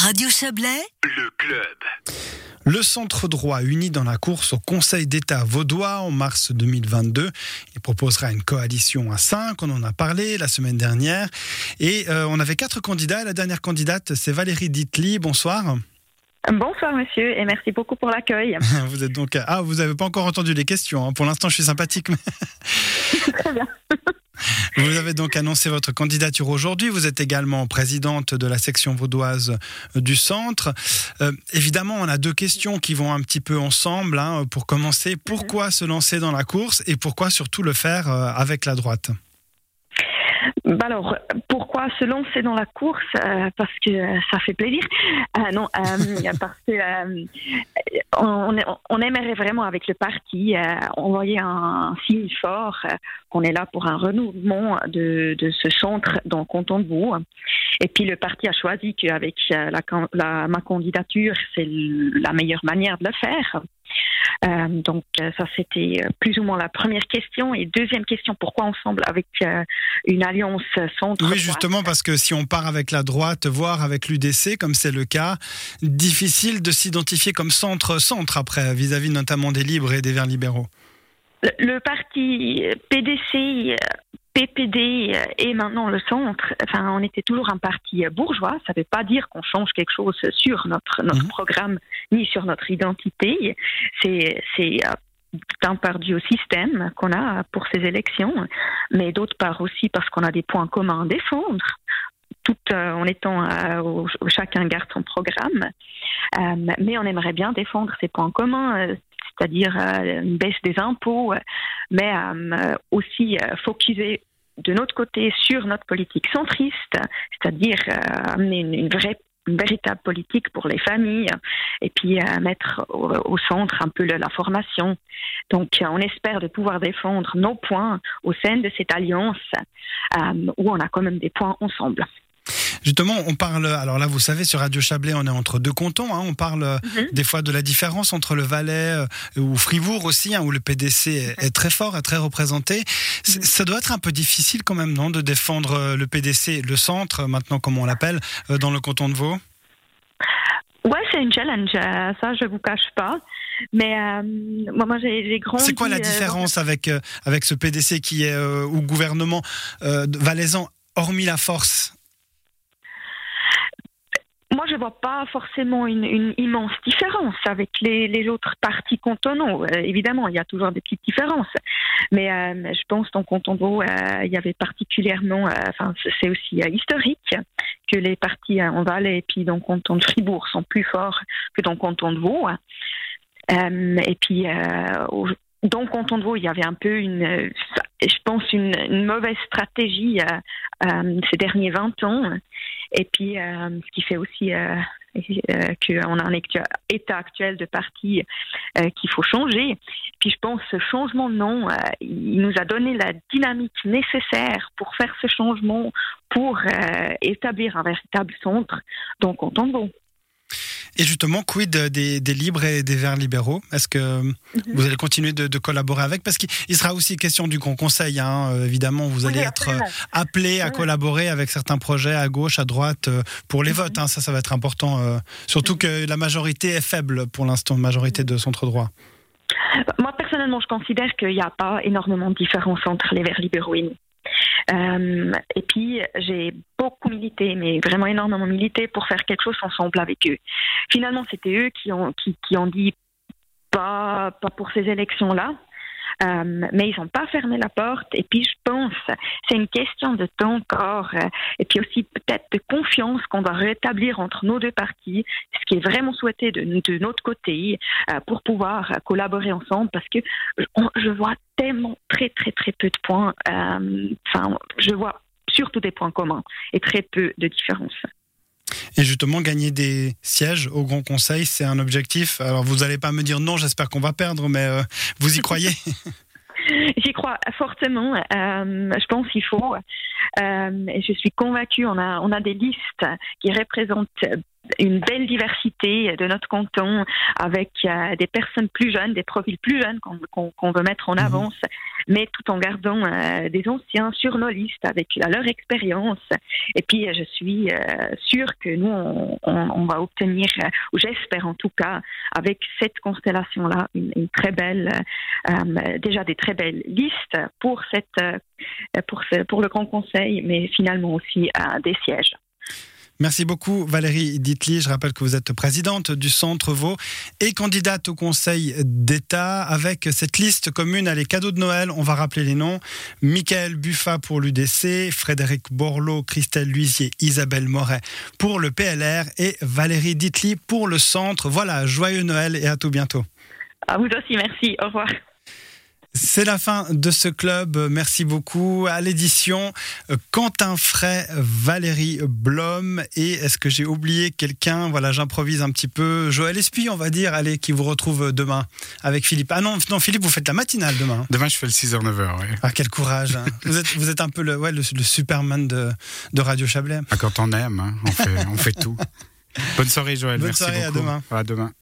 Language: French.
Radio Chablais, le club. Le centre droit uni dans la course au Conseil d'État vaudois en mars 2022. Il proposera une coalition à 5, on en a parlé la semaine dernière. Et on avait 4 candidats. La dernière candidate, c'est Valérie Ditli. Bonsoir. Bonsoir monsieur et merci beaucoup pour l'accueil. Vous êtes donc... Ah, vous n'avez pas encore entendu les questions. Hein. Pour l'instant, je suis sympathique. Mais... Très bien. Vous avez donc annoncé votre candidature aujourd'hui. Vous êtes également présidente de la section vaudoise du centre. Évidemment, on a 2 questions qui vont un petit peu ensemble. Hein. Pour commencer, pourquoi se lancer dans la course et pourquoi surtout le faire avec la droite ? Alors, pourquoi se lancer dans la course ? Parce que ça fait plaisir. Non, parce que on aimerait vraiment avec le parti envoyer un signe fort qu'on est là pour un renouvellement de ce centre dans le canton de Vaud. Et puis le parti a choisi qu'avec ma candidature, c'est la meilleure manière de le faire. Donc ça c'était plus ou moins la première question. Et deuxième question, pourquoi ensemble avec une alliance centre-droite ? Oui, justement parce que si on part avec la droite, voire avec l'UDC, comme c'est le cas, difficile de s'identifier comme centre-centre après, vis-à-vis notamment des Libres et des Verts libéraux. Le parti PDC, PPD et maintenant le centre, enfin, on était toujours un parti bourgeois. Ça ne veut pas dire qu'on change quelque chose sur notre programme ni sur notre identité. C'est d'un part dû au système qu'on a pour ces élections, mais d'autre part aussi parce qu'on a des points communs à défendre. Tout en étant chacun garde son programme, mais on aimerait bien défendre ces points communs, c'est-à-dire une baisse des impôts, mais aussi focuser de notre côté sur notre politique centriste, c'est-à-dire amener une véritable politique pour les familles et puis mettre au centre un peu la formation. Donc on espère de pouvoir défendre nos points au sein de cette alliance où on a quand même des points ensemble. Justement, on parle, alors là vous savez sur Radio Chablais on est entre 2 cantons, hein, on parle des fois de la différence entre le Valais ou Fribourg aussi, hein, où le PDC est très fort, est très représenté. Ça doit être un peu difficile quand même, non, de défendre le PDC, le centre, maintenant comme on l'appelle, dans le canton de Vaud ? Ouais, c'est un challenge, ça je vous cache pas. Mais moi j'ai grandi... C'est quoi la différence avec ce PDC qui est au gouvernement valaisan, hormis la force ? Moi, je ne vois pas forcément une immense différence avec les autres partis cantonaux. Évidemment, il y a toujours des petites différences. Mais je pense qu'en canton de Vaud, il y avait particulièrement... c'est aussi historique que les partis en Valais et puis dans le canton de Fribourg sont plus forts que dans le canton de Vaud. Et puis... dans le canton de Vaud, il y avait un peu une mauvaise stratégie ces derniers 20 ans. Et puis, ce qui fait aussi qu'on a un état actuel de parti qu'il faut changer. Puis je pense que ce changement de nom, il nous a donné la dynamique nécessaire pour faire ce changement, pour établir un véritable centre dans le canton de Vaud. Et justement, quid des Libres et des Verts libéraux ? Est-ce que vous allez continuer de collaborer avec ? Parce qu'il sera aussi question du Grand Conseil, hein. Évidemment, vous allez être appelé à collaborer avec certains projets à gauche, à droite, pour les votes. Hein. Ça va être important. Surtout que la majorité est faible pour l'instant, majorité de centre-droit. Moi, personnellement, je considère qu'il n'y a pas énormément de différence entre les Verts libéraux et nous. Et puis j'ai beaucoup milité, mais vraiment énormément milité pour faire quelque chose ensemble avec eux. Finalement, c'était eux qui ont dit pas pour ces élections-là, mais ils n'ont pas fermé la porte. Et puis je pense c'est une question de temps encore, et puis aussi peut-être de confiance qu'on doit rétablir entre nos 2 partis, ce qui est vraiment souhaité de notre côté, pour pouvoir collaborer ensemble, parce que je vois tellement très très très peu de points. Je vois surtout des points communs et très peu de différences. Et justement, gagner des sièges au Grand Conseil, c'est un objectif. Alors, vous n'allez pas me dire non, j'espère qu'on va perdre, mais vous y croyez ? J'y crois fortement. Je pense qu'il faut. Et je suis convaincue, on a des listes qui représentent une belle diversité de notre canton avec des personnes plus jeunes, des profils plus jeunes qu'on veut mettre en avance, mais tout en gardant des anciens sur nos listes avec leur expérience. Et puis, je suis sûre que nous, on va obtenir, ou j'espère en tout cas, avec cette constellation-là, une très belle, déjà des très belles listes pour le Grand Conseil, mais finalement aussi des sièges. Merci beaucoup Valérie Dietly. Je rappelle que vous êtes présidente du Centre Vaud et candidate au Conseil d'État avec cette liste commune. Allez, cadeaux de Noël, on va rappeler les noms. Michael Buffa pour l'UDC, Frédéric Borloo, Christelle Luisier, Isabelle Moret pour le PLR et Valérie Dietly pour le Centre. Voilà, joyeux Noël et à tout bientôt. À vous aussi, merci. Au revoir. C'est la fin de ce club. Merci beaucoup. À l'édition, Quentin Fray, Valérie Blom. Et est-ce que j'ai oublié quelqu'un ? Voilà, j'improvise un petit peu. Joël Espy, on va dire, allez, qui vous retrouve demain avec Philippe. Ah non, Philippe, vous faites la matinale demain. Demain, je fais le 6h, 9h, oui. Ah, quel courage. Vous êtes un peu le Superman de Radio Chablais. Ah, quand on aime, hein, on fait tout. Bonne soirée, Joël. Bonne Merci soirée, beaucoup. À demain. À demain.